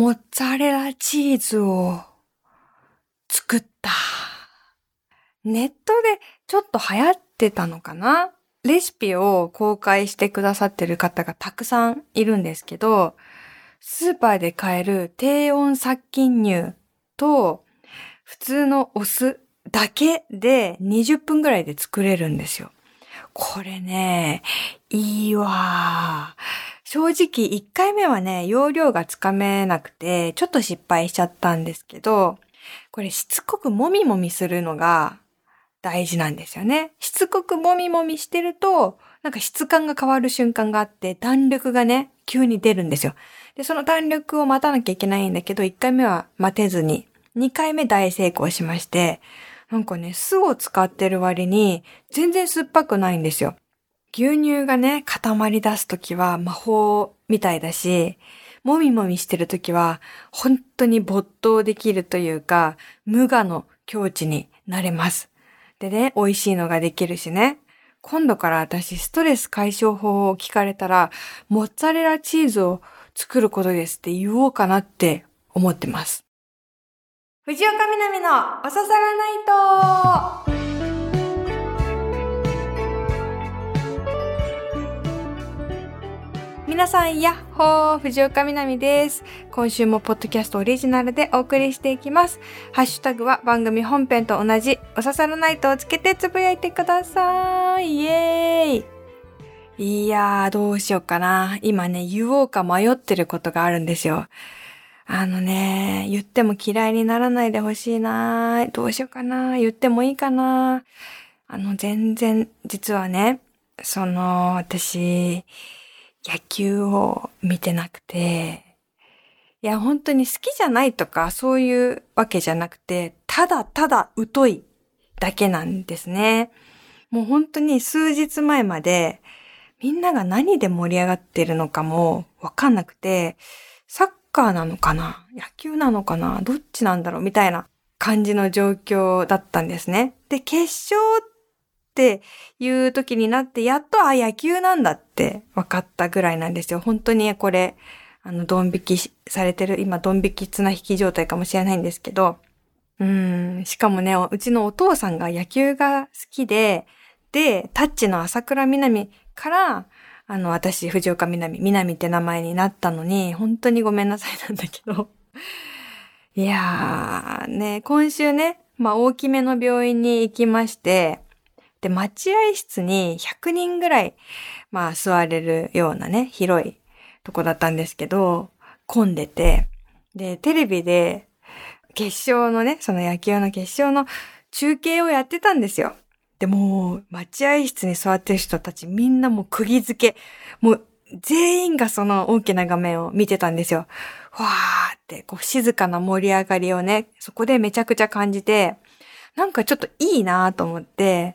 モッツァレラチーズを作った。ネットでちょっと流行ってたのかな？レシピを公開してくださってる方がたくさんいるんですけど、スーパーで買える低温殺菌乳と普通のお酢だけで20分ぐらいで作れるんですよ。これね、いいわ。正直1回目はね、容量がつかめなくて、ちょっと失敗しちゃったんですけど、これしつこくもみもみするのが大事なんですよね。しつこくもみもみしてると、なんか質感が変わる瞬間があって、弾力がね、急に出るんですよ。で、その弾力を待たなきゃいけないんだけど、1回目は待てずに、2回目大成功しまして、なんかね、酢を使ってる割に、全然酸っぱくないんですよ。牛乳がね、固まり出すときは魔法みたいだし、もみもみしてるときは、本当に没頭できるというか、無我の境地になれます。でね、美味しいのができるしね。今度から私、ストレス解消法を聞かれたら、モッツァレラチーズを作ることですって言おうかなって思ってます。藤岡みなみのおささらナイト。皆さん、やっほー、藤岡みなみです。今週もポッドキャストオリジナルでお送りしていきます。ハッシュタグは番組本編と同じ、おささらナイトをつけてつぶやいてください。イエーイ。いやー、どうしようかな。今ね、言おうか迷ってることがあるんですよ。言っても嫌いにならないでほしいな。どうしようかな。言ってもいいかな。全然、実はね、私、野球を見てなくて、いや、本当に好きじゃないとか、そういうわけじゃなくて、ただただ疎いだけなんですね。もう本当に数日前まで、みんなが何で盛り上がってるのかもわかんなくて、サッカーなのかな？野球なのかな？どっちなんだろう？みたいな感じの状況だったんですね。で、決勝っていう時になって、やっと、野球なんだって分かったぐらいなんですよ。本当にこれ、ドン引きされてる、今、ドン引き綱引き状態かもしれないんですけど、しかもね、うちのお父さんが野球が好きで、タッチの朝倉みなみから、私、藤岡みなみって名前になったのに、本当にごめんなさいなんだけど。いやー、ね、今週ね、大きめの病院に行きまして、で、待合室に100人ぐらい、座れるようなね、広いとこだったんですけど、混んでて、で、テレビで、決勝のね、その野球の決勝の中継をやってたんですよ。で、もう、待合室に座ってる人たちみんなもう釘付け、もう全員がその大きな画面を見てたんですよ。わーって、こう静かな盛り上がりをね、そこでめちゃくちゃ感じて、なんかちょっといいなと思って、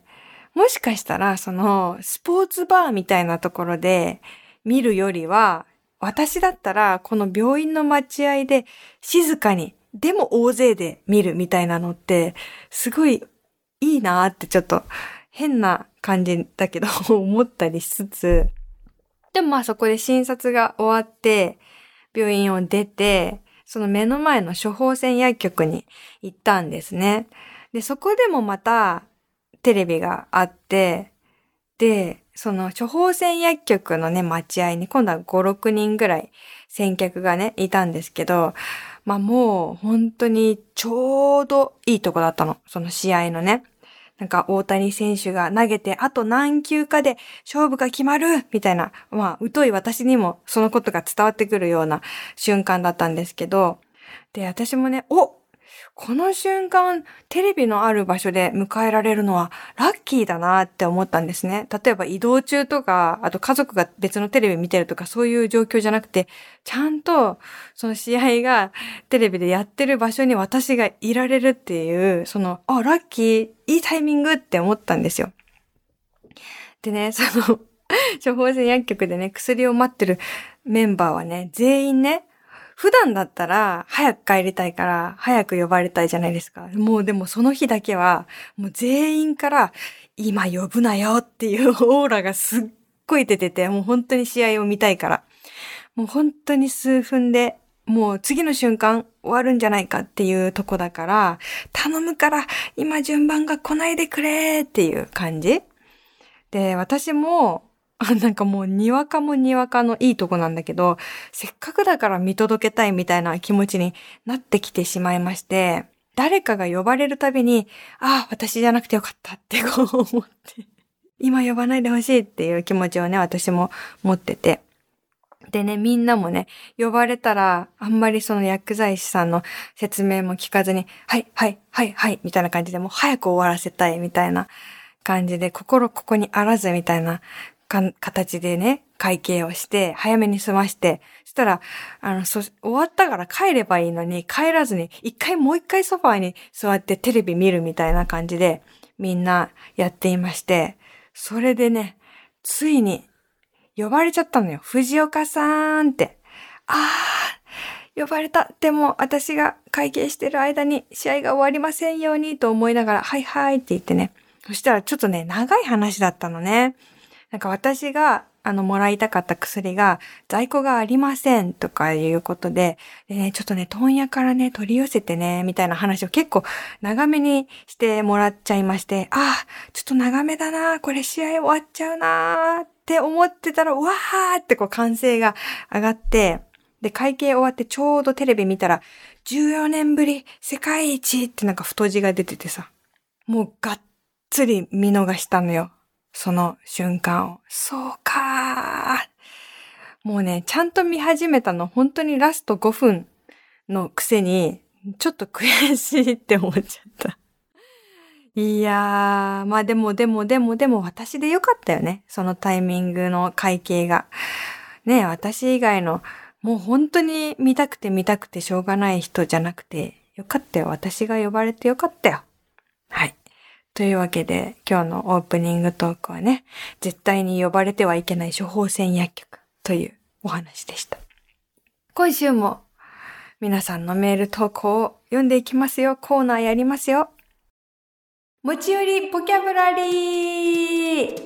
もしかしたらそのスポーツバーみたいなところで見るよりは、私だったらこの病院の待合で静かに、でも大勢で見るみたいなのって、すごいいいなってちょっと変な感じだけど思ったりしつつ、でもそこで診察が終わって、病院を出て、その目の前の処方箋薬局に行ったんですね。で、そこでもまたテレビがあって、で、その処方箋薬局のね、待合に今度は5、6人ぐらい先客がね、いたんですけど、もう本当にちょうどいいとこだったの。その試合のね。なんか大谷選手が投げてあと何球かで勝負が決まるみたいな、疎い私にもそのことが伝わってくるような瞬間だったんですけど、で、私もね、この瞬間、テレビのある場所で迎えられるのはラッキーだなって思ったんですね。例えば移動中とか、あと家族が別のテレビ見てるとかそういう状況じゃなくて、ちゃんとその試合がテレビでやってる場所に私がいられるっていう、ラッキー、いいタイミングって思ったんですよ。でね、処方箋薬局でね、薬を待ってるメンバーはね、全員ね、普段だったら早く帰りたいから早く呼ばれたいじゃないですか。もうでもその日だけはもう全員から今呼ぶなよっていうオーラがすっごい出てて、もう本当に試合を見たいから。もう本当に数分でもう次の瞬間終わるんじゃないかっていうとこだから、頼むから今順番が来ないでくれっていう感じで、私も、なんかもうにわかもにわかのいいとこなんだけど、せっかくだから見届けたいみたいな気持ちになってきてしまいまして、誰かが呼ばれるたびに、ああ、私じゃなくてよかったってこう思って、今呼ばないでほしいっていう気持ちをね、私も持ってて。でね、みんなもね、呼ばれたら、あんまりその薬剤師さんの説明も聞かずに、はい、はい、はい、はい、みたいな感じでもう早く終わらせたいみたいな感じで、心ここにあらずみたいな形でね、会計をして、早めに済まして、そしたら、終わったから帰ればいいのに、帰らずに、もう一回ソファーに座ってテレビ見るみたいな感じで、みんなやっていまして、それでね、ついに、呼ばれちゃったのよ。藤岡さんって。呼ばれた。でも私が会計してる間に試合が終わりませんようにと思いながら、はいはいって言ってね。そしたらちょっとね、長い話だったのね。なんか私が、もらいたかった薬が在庫がありませんとかいうことで、でね、ちょっとね、問屋からね、取り寄せてね、みたいな話を結構長めにしてもらっちゃいまして、ちょっと長めだな、これ試合終わっちゃうなって思ってたら、うわーってこう歓声が上がって、で、会計終わってちょうどテレビ見たら、14年ぶり世界一ってなんか太字が出ててさ、もうがっつり見逃したのよ。その瞬間を。そうかー。もうね、ちゃんと見始めたの本当にラスト5分のくせに、ちょっと悔しいって思っちゃった。いやー、まあでも私でよかったよね。そのタイミングの会計が。ね、私以外のもう本当に見たくてしょうがない人じゃなくてよかったよ。私が呼ばれてよかったよ。はい。というわけで、今日のオープニングトークはね、絶対に呼ばれてはいけない処方箋薬局というお話でした。今週も皆さんのメール投稿を読んでいきますよ。コーナーやりますよ。持ち寄りボキャブラリー。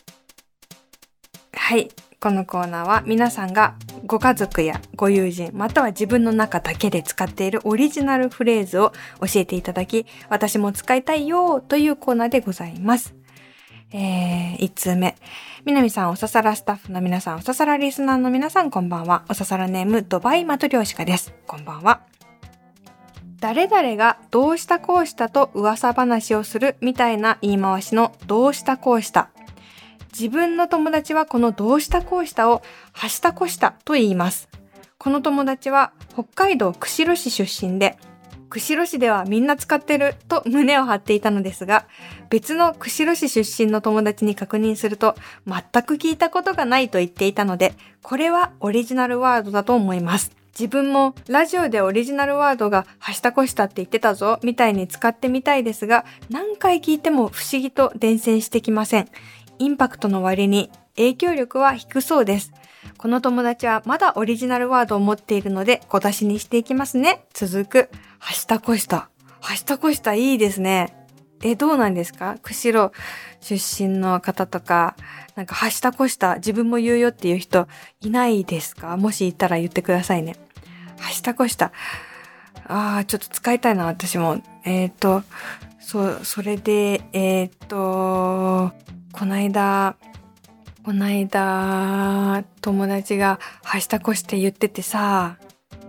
はい。このコーナーは皆さんがご家族やご友人または自分の中だけで使っているオリジナルフレーズを教えていただき、私も使いたいよというコーナーでございます。1通目。みなみさん、おささらスタッフの皆さん、おささらリスナーの皆さん、こんばんは。おささらネーム、ドバイマトリョーシカです。こんばんは。誰々がどうしたこうしたと噂話をするみたいな言い回しのどうしたこうした。自分の友達はこのどうしたこうしたをはしたこしたと言います。この友達は北海道釧路市出身で、釧路市ではみんな使ってると胸を張っていたのですが、別の釧路市出身の友達に確認すると全く聞いたことがないと言っていたので、これはオリジナルワードだと思います。自分もラジオでオリジナルワードがはしたこしたって言ってたぞみたいに使ってみたいですが、何回聞いても不思議と伝染してきません。インパクトの割に影響力は低そうです。この友達はまだオリジナルワードを持っているので小出しにしていきますね。続く。はしたこした。はしたこしたいいですね。どうなんですか？釧路出身の方とか、なんかはしたこした自分も言うよっていう人いないですか？もしいたら言ってくださいね。はしたこした。ちょっと使いたいな、私も。それで、こないだ、友達がはしたこして言っててさ、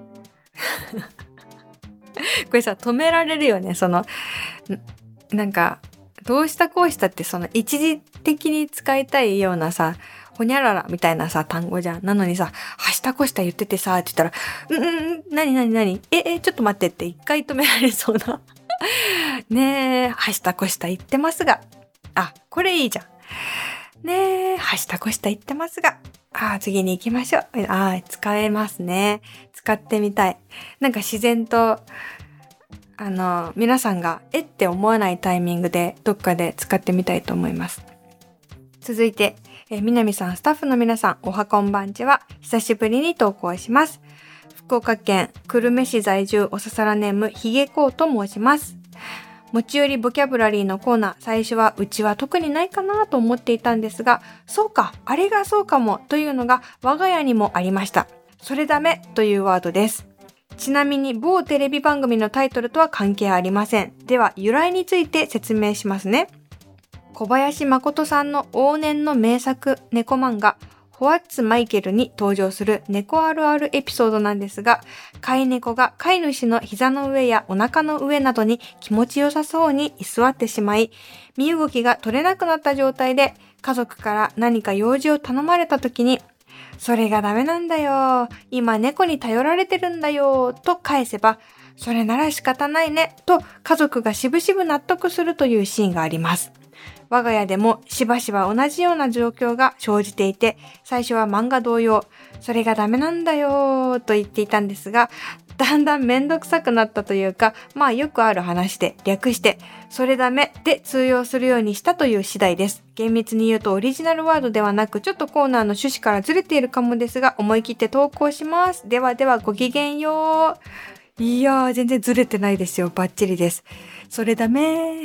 これさ、止められるよね、なんか、どうしたこうしたって一時的に使いたいようなさ、ほにゃららみたいなさ、単語じゃん。なのにさ、はしたこした言っててさ、って言ったら、なにちょっと待ってって一回止められそうな。ねえ、はしたこした言ってますが。これいいじゃん。ねえ、はしたこした言ってますが。次に行きましょう。使えますね。使ってみたい。なんか自然と、皆さんが、って思わないタイミングで、どっかで使ってみたいと思います。続いて、みなみさん、スタッフの皆さん、おはこんばんちは、久しぶりに投稿します。福岡県久留米市在住おささらネームひげこうと申します。持ち寄りボキャブラリーのコーナー、最初はうちは特にないかなと思っていたんですが、そうか、あれがそうかもというのが我が家にもありました。それダメというワードです。 ちなみに某テレビ番組のタイトルとは関係ありません。では由来について説明しますね。小林誠さんの往年の名作猫漫画ホワッツマイケルに登場する猫あるあるエピソードなんですが、飼い猫が飼い主の膝の上やお腹の上などに気持ちよさそうに居座ってしまい、身動きが取れなくなった状態で家族から何か用事を頼まれた時に、それがダメなんだよ。今猫に頼られてるんだよ。と返せば、それなら仕方ないね。と家族がしぶしぶ納得するというシーンがあります。我が家でもしばしば同じような状況が生じていて、最初は漫画同様、それがダメなんだよと言っていたんですが、だんだんめんどくさくなったというか、よくある話で略して、それダメで通用するようにしたという次第です。厳密に言うとオリジナルワードではなく、ちょっとコーナーの趣旨からずれているかもですが、思い切って投稿します。ではではごきげんよう。いやー、全然ずれてないですよ。バッチリです。それダメ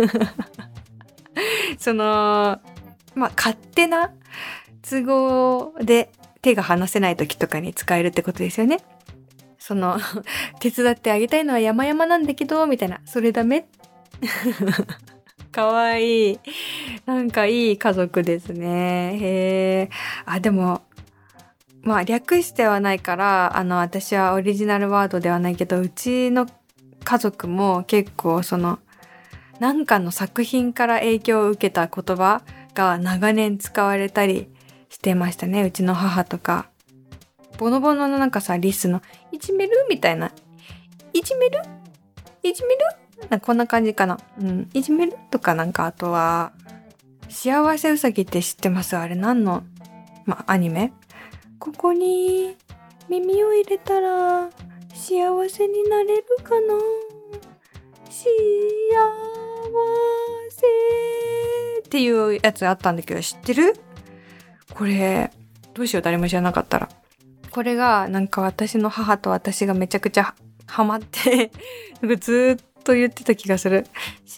勝手な都合で手が離せない時とかに使えるってことですよね。手伝ってあげたいのは山々なんだけど、みたいな。それダメかわいい。なんかいい家族ですね。へー。でも、略してはないから、私はオリジナルワードではないけど、うちの家族も結構なんかの作品から影響を受けた言葉が長年使われたりしてましたね。うちの母とか。ボノボノのリスの、いじめるみたいな。いじめるこんな感じかな。いじめるとかあとは、幸せうさぎって知ってます？あれ何の、アニメ？ここに耳を入れたら幸せになれるかな？幸せっていうやつあったんだけど、知ってる？これどうしよう、誰も知らなかったら。これが私の母と私がめちゃくちゃハマってずーっと言ってた気がする。幸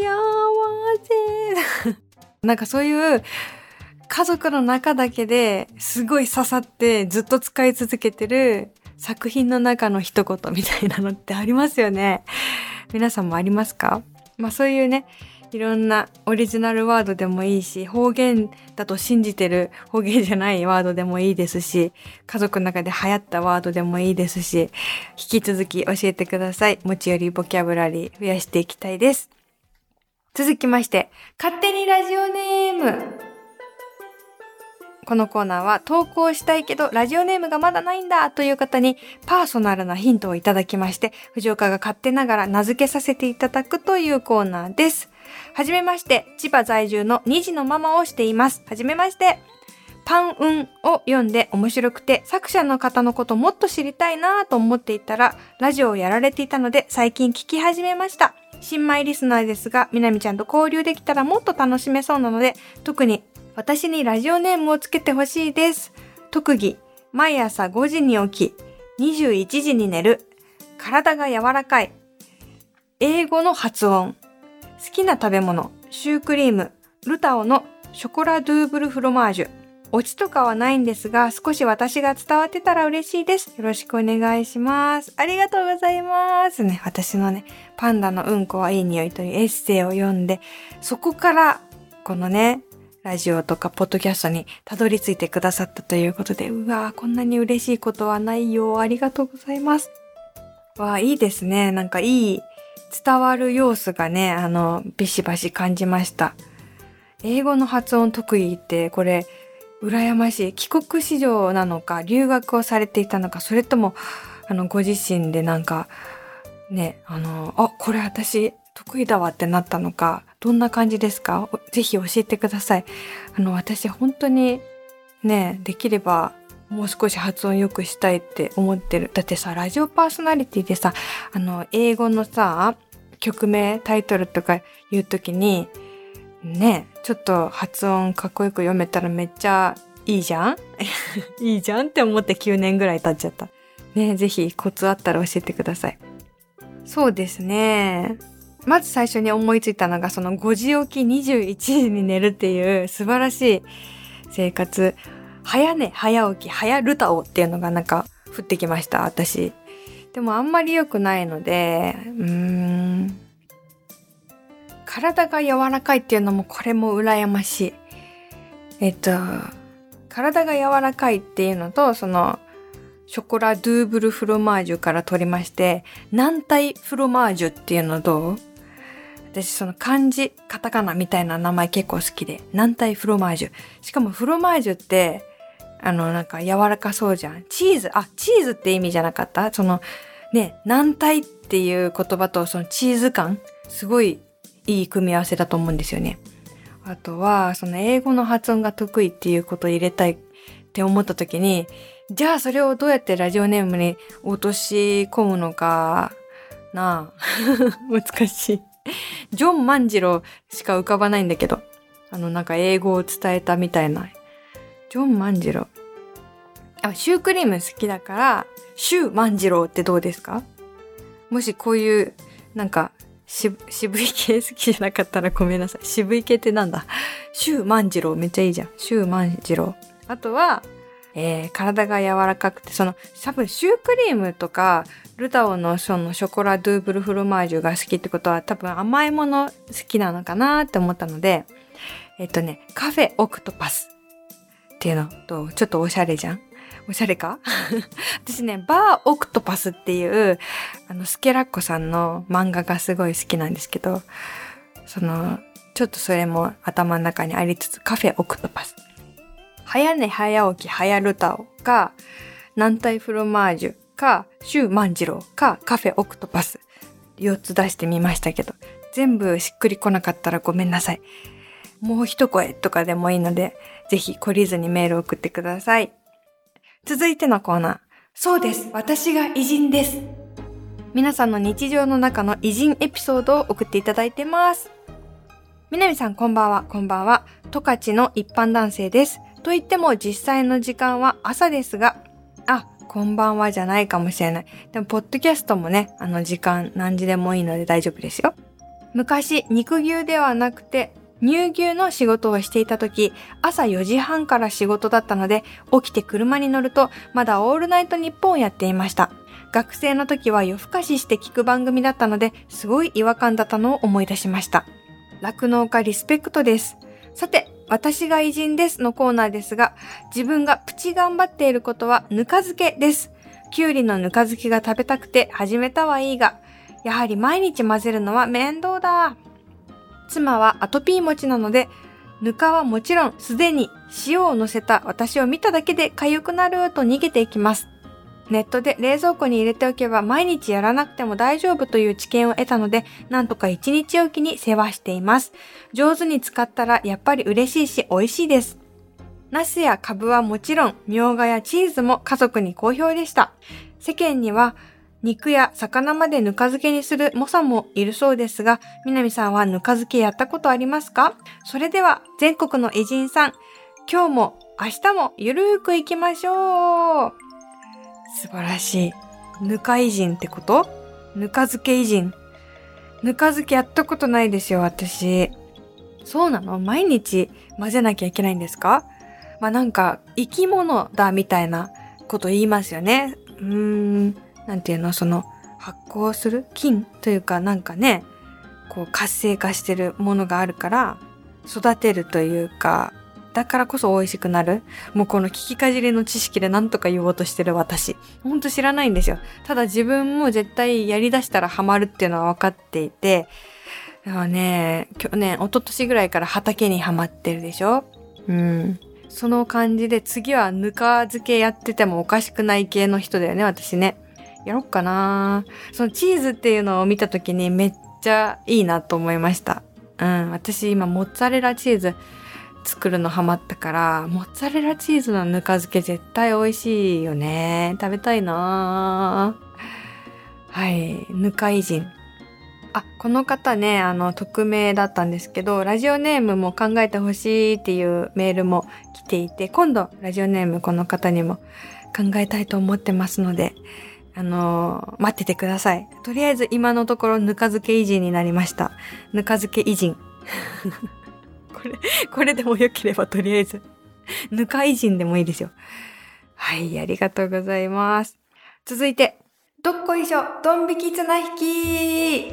せそういう家族の中だけですごい刺さってずっと使い続けてる作品の中の一言みたいなのってありますよね。皆さんもありますか？そういうね、いろんなオリジナルワードでもいいし、方言だと信じてる方言じゃないワードでもいいですし、家族の中で流行ったワードでもいいですし、引き続き教えてください。持ち寄りボキャブラリー増やしていきたいです。続きまして、勝手にラジオネーム。このコーナーは投稿したいけどラジオネームがまだないんだという方にパーソナルなヒントをいただきまして、藤岡が勝手ながら名付けさせていただくというコーナーです。はじめまして、千葉在住の2児のママをしています。はじめまして。パンウンを読んで面白くて作者の方のこともっと知りたいなと思っていたらラジオをやられていたので最近聞き始めました。新米リスナーですが、みなみちゃんと交流できたらもっと楽しめそうなので、特に私にラジオネームをつけてほしいです。特技、毎朝5時に起き、21時に寝る、体が柔らかい、英語の発音、好きな食べ物、シュークリーム、ルタオのショコラドゥーブルフロマージュ。オチとかはないんですが、少し私が伝わってたら嬉しいです。よろしくお願いします。ありがとうございますね。私のね、パンダのうんこはいい匂いというエッセイを読んで、そこからこのね、ラジオとかポッドキャストにたどり着いてくださったということで、うわー、こんなに嬉しいことはないよ。ありがとうございます。わー、いいですね。いい伝わる要素がね、ビシバシ感じました。英語の発音得意ってこれ羨ましい。帰国子女なのか、留学をされていたのか、それともご自身でね、これ私得意だわってなったのか、どんな感じですか？ぜひ教えてください。私本当にね、できればもう少し発音良くしたいって思ってる。だってさ、ラジオパーソナリティでさ、英語のさ、曲名、タイトルとか言うときに、ね、ちょっと発音かっこよく読めたらめっちゃいいじゃんいいじゃんって思って9年ぐらい経っちゃった。ね、ぜひコツあったら教えてください。そうですね。まず最初に思いついたのが、その5時起き21時に寝るっていう素晴らしい生活。早寝、早起き、早ルタオっていうのが降ってきました、私。 でもあんまり良くないので、体が柔らかいっていうのもこれも羨ましい。体が柔らかいっていうのと、そのショコラドゥーブルフロマージュから取りまして、軟体フロマージュっていうのどう？私その漢字、カタカナみたいな名前結構好きで、軟体フロマージュ。しかもフロマージュって、なんか柔らかそうじゃん。チーズって意味じゃなかった？その、ね、軟体っていう言葉とそのチーズ感、すごいいい組み合わせだと思うんですよね。あとは、その英語の発音が得意っていうことを入れたいって思った時に、じゃあそれをどうやってラジオネームに落とし込むのかなあ難しい。ジョン万次郎しか浮かばないんだけど、なんか英語を伝えたみたいな。ジョン万次郎。シュークリーム好きだから、シュー万次郎ってどうですか？もしこういう、なんか、渋い系好きじゃなかったらごめんなさい。渋い系ってなんだ？シュー万次郎めっちゃいいじゃん。シュー万次郎。あとは、体が柔らかくて、多分シュークリームとか、ルタオのそのショコラドゥーブルフロマージュが好きってことは多分甘いもの好きなのかなって思ったので、カフェオクトパスっていうのと、ちょっとおしゃれじゃん？おしゃれか？私ね、バーオクトパスっていう、スケラッコさんの漫画がすごい好きなんですけど、ちょっとそれも頭の中にありつつ、カフェオクトパス。早寝早起き早ルタオか、軟体フロマージュか、シュー万次郎か、カフェオクトパス。4つ出してみましたけど、全部しっくりこなかったらごめんなさい。もう一声とかでもいいので、ぜひ懲りずにメールを送ってください。続いてのコーナー。そうです。私が偉人です。皆さんの日常の中の偉人エピソードを送っていただいてます。みなみさんこんばんは。こんばんは。十勝の一般男性です。と言っても実際の時間は朝ですが、こんばんはじゃないかもしれない。でも、ポッドキャストもね、時間何時でもいいので大丈夫ですよ。昔、肉牛ではなくて、乳牛の仕事をしていた時、朝4時半から仕事だったので、起きて車に乗ると、まだオールナイトニッポンをやっていました。学生の時は夜更かしして聞く番組だったので、すごい違和感だったのを思い出しました。酪農家リスペクトです。さて、私が偉人ですのコーナーですが、自分がプチ頑張っていることはぬか漬けです。きゅうりのぬか漬けが食べたくて始めたはいいが、やはり毎日混ぜるのは面倒だ。妻はアトピー持ちなので、ぬかはもちろんすでに塩を乗せた私を見ただけで痒くなると逃げていきます。ネットで冷蔵庫に入れておけば毎日やらなくても大丈夫という知見を得たので、なんとか1日おきに世話しています。上手に使ったらやっぱり嬉しいし美味しいです。ナスやカブはもちろん、みょうがやチーズも家族に好評でした。世間には肉や魚までぬか漬けにする猛者もいるそうですが、みなみさんはぬか漬けやったことありますか？それでは全国の偉人さん、今日も明日もゆるーくいきましょう。素晴らしい。ぬか偉人ってこと？ぬか漬け偉人。ぬか漬けやったことないですよ、私。そうなの？毎日混ぜなきゃいけないんですか？なんか生き物だみたいなこと言いますよね。なんていうの、発酵する菌というかなんかね、こう活性化してるものがあるから育てるというか、だからこそ美味しくなる。もうこの聞きかじりの知識で何とか言おうとしてる私。ほんと知らないんですよ。ただ自分も絶対やり出したらハマるっていうのは分かっていて、だからね、去年、一昨年ぐらいから畑にハマってるでしょ？その感じで次はぬか漬けやっててもおかしくない系の人だよね、私ね。やろっかな。そのチーズっていうのを見た時にめっちゃいいなと思いました。私今モッツァレラチーズ作るのハマったから、モッツァレラチーズのぬか漬け絶対美味しいよね。食べたいな。はい、ぬか偉人。この方ね、匿名だったんですけど、ラジオネームも考えてほしいっていうメールも来ていて、今度ラジオネームこの方にも考えたいと思ってますので、待っててください。とりあえず今のところぬか漬け偉人になりました。ぬか漬け偉人。これでもよければとりあえず、ぬか偉人でもいいですよ。はい、ありがとうございます。続いて、 どっこいしょ、ドン引き綱引き。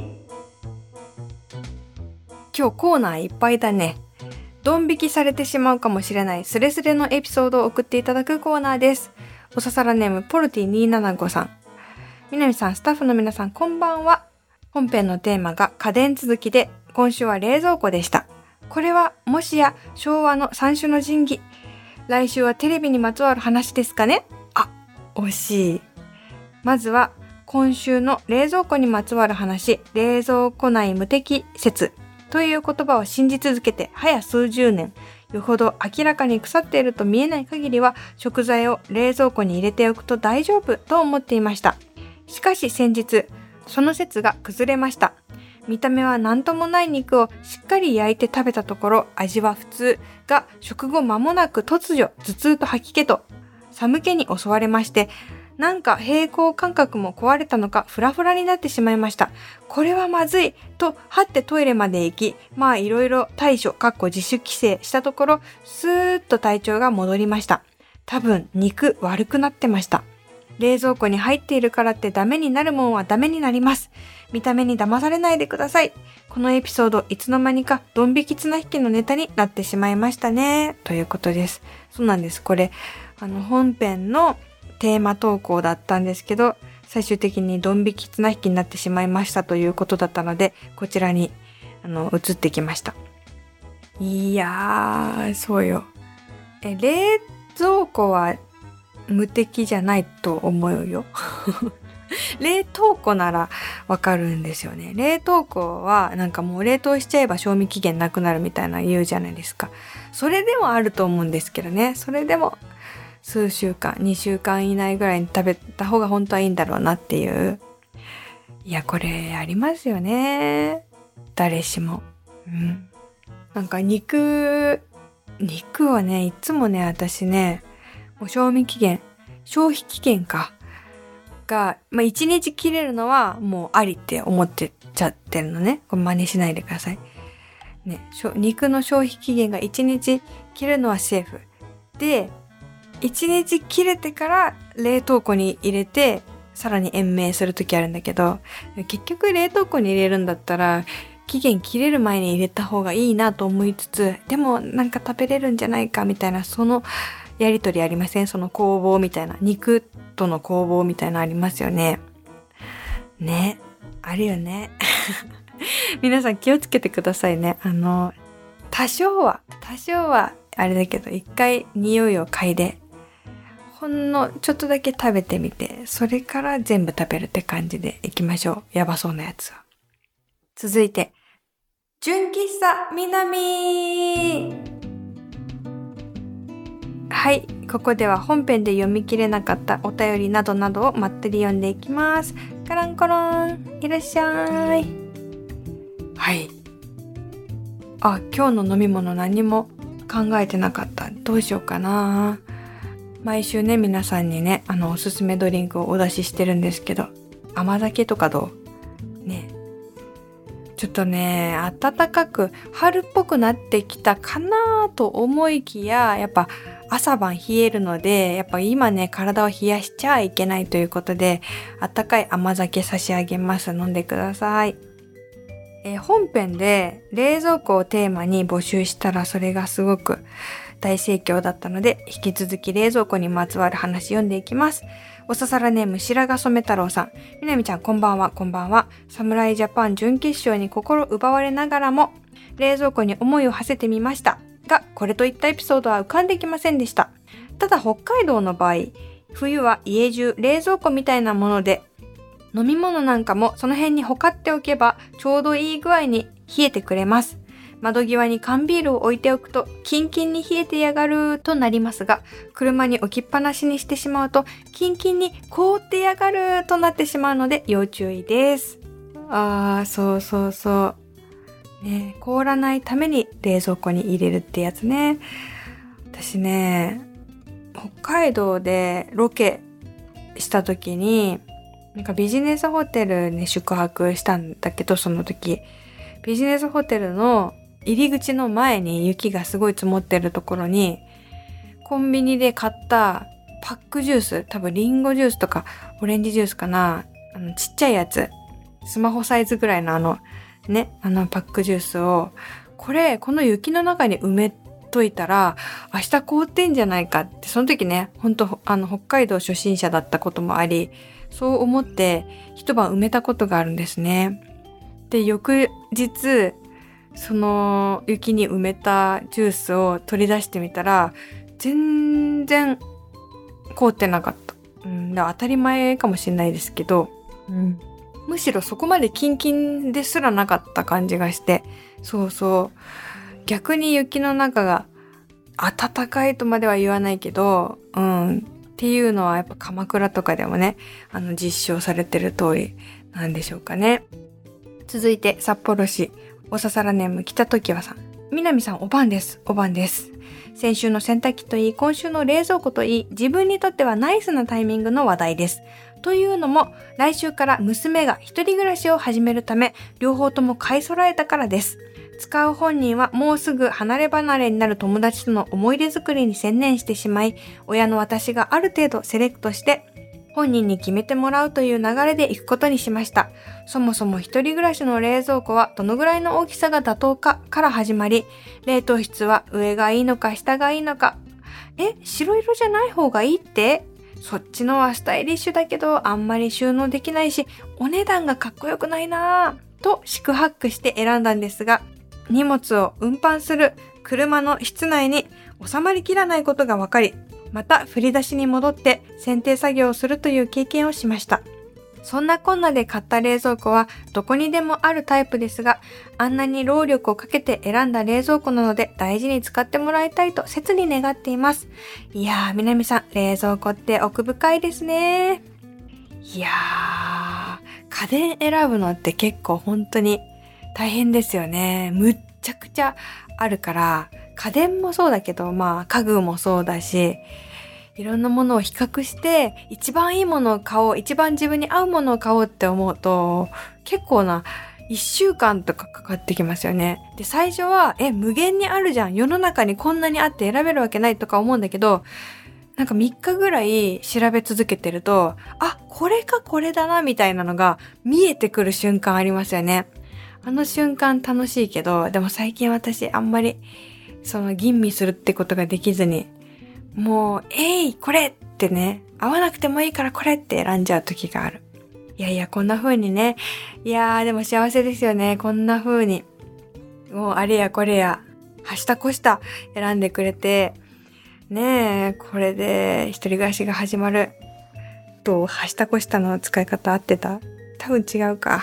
今日コーナーいっぱいだね。ドン引きされてしまうかもしれないスレスレのエピソードを送っていただくコーナーです。おささらネームポルティ275さん。みなみさん、スタッフの皆さん、こんばんは。本編のテーマが家電続きで、今週は冷蔵庫でした。これはもしや昭和の三種の神器。来週はテレビにまつわる話ですかね。あ、惜しい。まずは今週の冷蔵庫にまつわる話、冷蔵庫内無敵説という言葉を信じ続けて早数十年。よほど明らかに腐っていると見えない限りは食材を冷蔵庫に入れておくと大丈夫と思っていました。しかし先日、その説が崩れました。見た目は何ともない肉をしっかり焼いて食べたところ味は普通が食後間もなく突如頭痛と吐き気と寒気に襲われまして、なんか平衡感覚も壊れたのかフラフラになってしまいました。これはまずいとはってトイレまで行き、いろいろ対処自主規制したところスーッと体調が戻りました。多分肉悪くなってました。冷蔵庫に入っているからってダメになるもんはダメになります。見た目に騙されないでください。このエピソードいつの間にかドン引き綱引きのネタになってしまいましたね。ということです。そうなんです。これ本編のテーマ投稿だったんですけど、最終的にドン引き綱引きになってしまいましたということだったので、こちらに移ってきました。いやー、そうよ。冷蔵庫は無敵じゃないと思うよ。冷凍庫ならわかるんですよね。冷凍庫はなんかもう冷凍しちゃえば賞味期限なくなるみたいな言うじゃないですか。それでもあると思うんですけどね。それでも数週間、2週間以内ぐらいに食べた方が本当はいいんだろうなっていう。いや、これありますよね。誰しも。なんか肉はね、いつもね、私ね、もう消費期限が、1日切れるのはもうありって思ってちゃってるのね。これ真似しないでください。ね、肉の消費期限が1日切るのはセーフ。で、1日切れてから冷凍庫に入れて、さらに延命するときあるんだけど、結局冷凍庫に入れるんだったら、期限切れる前に入れた方がいいなと思いつつ、でもなんか食べれるんじゃないかみたいな、そのやりとりありません？その攻防みたいな、肉との攻防みたいなのありますよね。ね、あるよね。皆さん気をつけてくださいね。多少はあれだけど、一回匂いを嗅いで、ほんのちょっとだけ食べてみて、それから全部食べるって感じでいきましょう。やばそうなやつは。続いて、純喫茶みなみ。はい、ここでは本編で読み切れなかったお便りなどなどをまったり読んでいきます。カランコロン、いらっしゃい。はい。今日の飲み物何も考えてなかった。どうしようかな。毎週ね、皆さんにね、おすすめドリンクをお出ししてるんですけど、甘酒とかどう？ね。ちょっとね、暖かく春っぽくなってきたかなと思いきや、やっぱ朝晩冷えるので、やっぱ今ね、体を冷やしちゃいけないということで、温かい甘酒差し上げます。飲んでください。本編で冷蔵庫をテーマに募集したら、それがすごく大盛況だったので、引き続き冷蔵庫にまつわる話読んでいきます。おささらネーム白髪染太郎さん。みなみちゃんこんばんは。こんばんは。侍ジャパン準決勝に心奪われながらも冷蔵庫に思いを馳せてみましたが、これといったエピソードは浮かんできませんでした。ただ北海道の場合、冬は家中冷蔵庫みたいなもので、飲み物なんかもその辺にほかっておけばちょうどいい具合に冷えてくれます。窓際に缶ビールを置いておくとキンキンに冷えてやがるとなりますが、車に置きっぱなしにしてしまうとキンキンに凍ってやがるとなってしまうので要注意です。そうね、凍らないために冷蔵庫に入れるってやつね。私ね、北海道でロケした時になんかビジネスホテルに宿泊したんだけど、その時ビジネスホテルの入り口の前に雪がすごい積もってるところに、コンビニで買ったパックジュース、多分リンゴジュースとかオレンジジュースかな、 ちっちゃいやつ、スマホサイズぐらいのパックジュースを、この雪の中に埋めといたら、明日凍ってんじゃないかって、その時ね、北海道初心者だったこともあり、そう思って一晩埋めたことがあるんですね。で、翌日、その雪に埋めたジュースを取り出してみたら、全然凍ってなかった。だから当たり前かもしれないですけど、むしろそこまでキンキンですらなかった感じがして、逆に雪の中が暖かいとまでは言わないけど、っていうのはやっぱ鎌倉とかでもね、実証されてる通りなんでしょうかね。続いて札幌市おささらネーム北時和さん。南さんおばんです。先週の洗濯機といい、今週の冷蔵庫といい、自分にとってはナイスなタイミングの話題です。というのも、来週から娘が一人暮らしを始めるため、両方とも買い揃えたからです。使う本人はもうすぐ離れ離れになる友達との思い出作りに専念してしまい、親の私がある程度セレクトして、本人に決めてもらうという流れで行くことにしました。そもそも一人暮らしの冷蔵庫はどのぐらいの大きさが妥当かから始まり、冷凍室は上がいいのか下がいいのか、白色じゃない方がいいって？そっちのはスタイリッシュだけどあんまり収納できないし、お値段がかっこよくないなぁと四苦八苦して選んだんですが、荷物を運搬する車の室内に収まりきらないことが分かり、また振り出しに戻って選定作業をするという経験をしました。そんなこんなで買った冷蔵庫はどこにでもあるタイプですが、あんなに労力をかけて選んだ冷蔵庫なので大事に使ってもらいたいと切に願っています。いやー、南さん、冷蔵庫って奥深いですね。いやー、家電選ぶのって結構本当に大変ですよね。むっちゃくちゃあるから、家電もそうだけど、家具もそうだし、いろんなものを比較して、一番いいものを買おう、一番自分に合うものを買おうって思うと、結構な1週間とかかかってきますよね。で、最初は、無限にあるじゃん。世の中にこんなにあって選べるわけないとか思うんだけど、なんか3日ぐらい調べ続けてると、これかこれだなみたいなのが見えてくる瞬間ありますよね。あの瞬間楽しいけど、でも最近私あんまり吟味するってことができずに、もう、これってね、合わなくてもいいからこれって選んじゃう時がある。いや、こんな風にね、でも幸せですよね。こんな風に。もうあれやこれや、はしたこした選んでくれて、ねえ、これで一人暮らしが始まる。はしたこしたの使い方合ってた？多分違うか。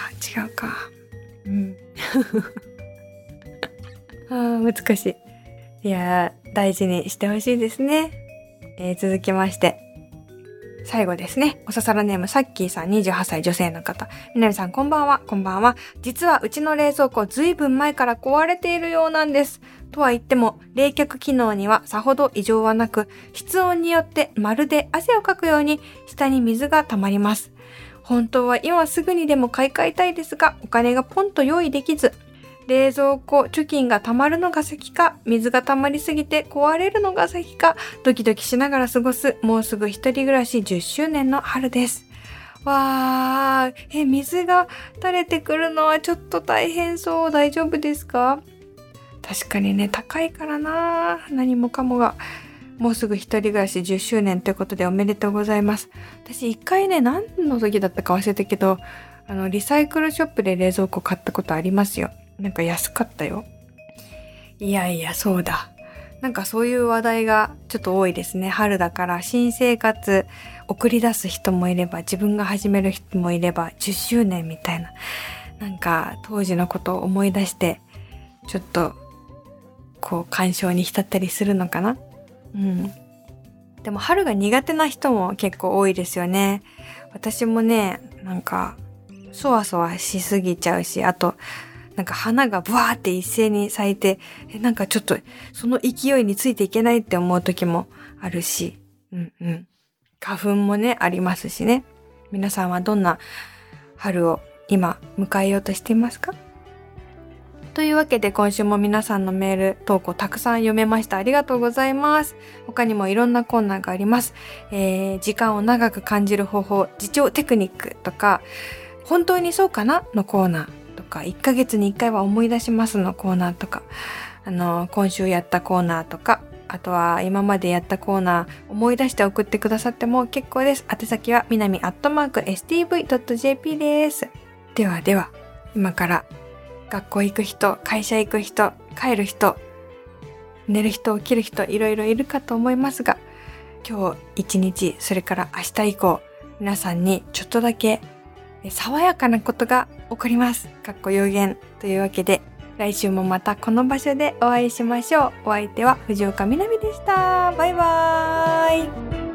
難しい。いやー、大事にしてほしいですね。続きまして。最後ですね。おささらネームさっきーさん、28歳女性の方。みなみさんこんばんは。実はうちの冷蔵庫ずいぶん前から壊れているようなんです。とは言っても、冷却機能にはさほど異常はなく、室温によってまるで汗をかくように下に水が溜まります。本当は今すぐにでも買い替えたいですが、お金がポンと用意できず、冷蔵庫貯金が溜まるのが先か、水が溜まりすぎて壊れるのが先か、ドキドキしながら過ごす、もうすぐ一人暮らし10周年の春です。わー、水が垂れてくるのはちょっと大変そう。大丈夫ですか？確かにね、高いからな。何もかもが。もうすぐ一人暮らし10周年ということでおめでとうございます。私一回ね、何の時だったか忘れたけど、リサイクルショップで冷蔵庫買ったことありますよ。なんか安かったよ。いや、そうだ。なんかそういう話題がちょっと多いですね。春だから新生活送り出す人もいれば、自分が始める人もいれば、10周年みたいな。なんか当時のことを思い出して、ちょっと感傷に浸ったりするのかな。でも春が苦手な人も結構多いですよね。私もね、なんかそわそわしすぎちゃうし、あとなんか花がブワーって一斉に咲いて、なんかちょっとその勢いについていけないって思う時もあるし、花粉もね、ありますしね。皆さんはどんな春を今迎えようとしていますか？ というわけで今週も皆さんのメール投稿たくさん読めました。ありがとうございます。他にもいろんなコーナーがあります。時間を長く感じる方法、自重テクニックとか、本当にそうかなのコーナーとか、1ヶ月に1回は思い出しますのコーナーとか、今週やったコーナーとか、あとは今までやったコーナー思い出して送ってくださっても結構です。宛先はminami@stv.jp です。ではでは、今から学校行く人、会社行く人、帰る人、寝る人、起きる人、いろいろいるかと思いますが、今日一日、それから明日以降、皆さんにちょっとだけ爽やかなことが起こります。予言というわけで、来週もまたこの場所でお会いしましょう。お相手は藤岡みなみでした。バイバーイ。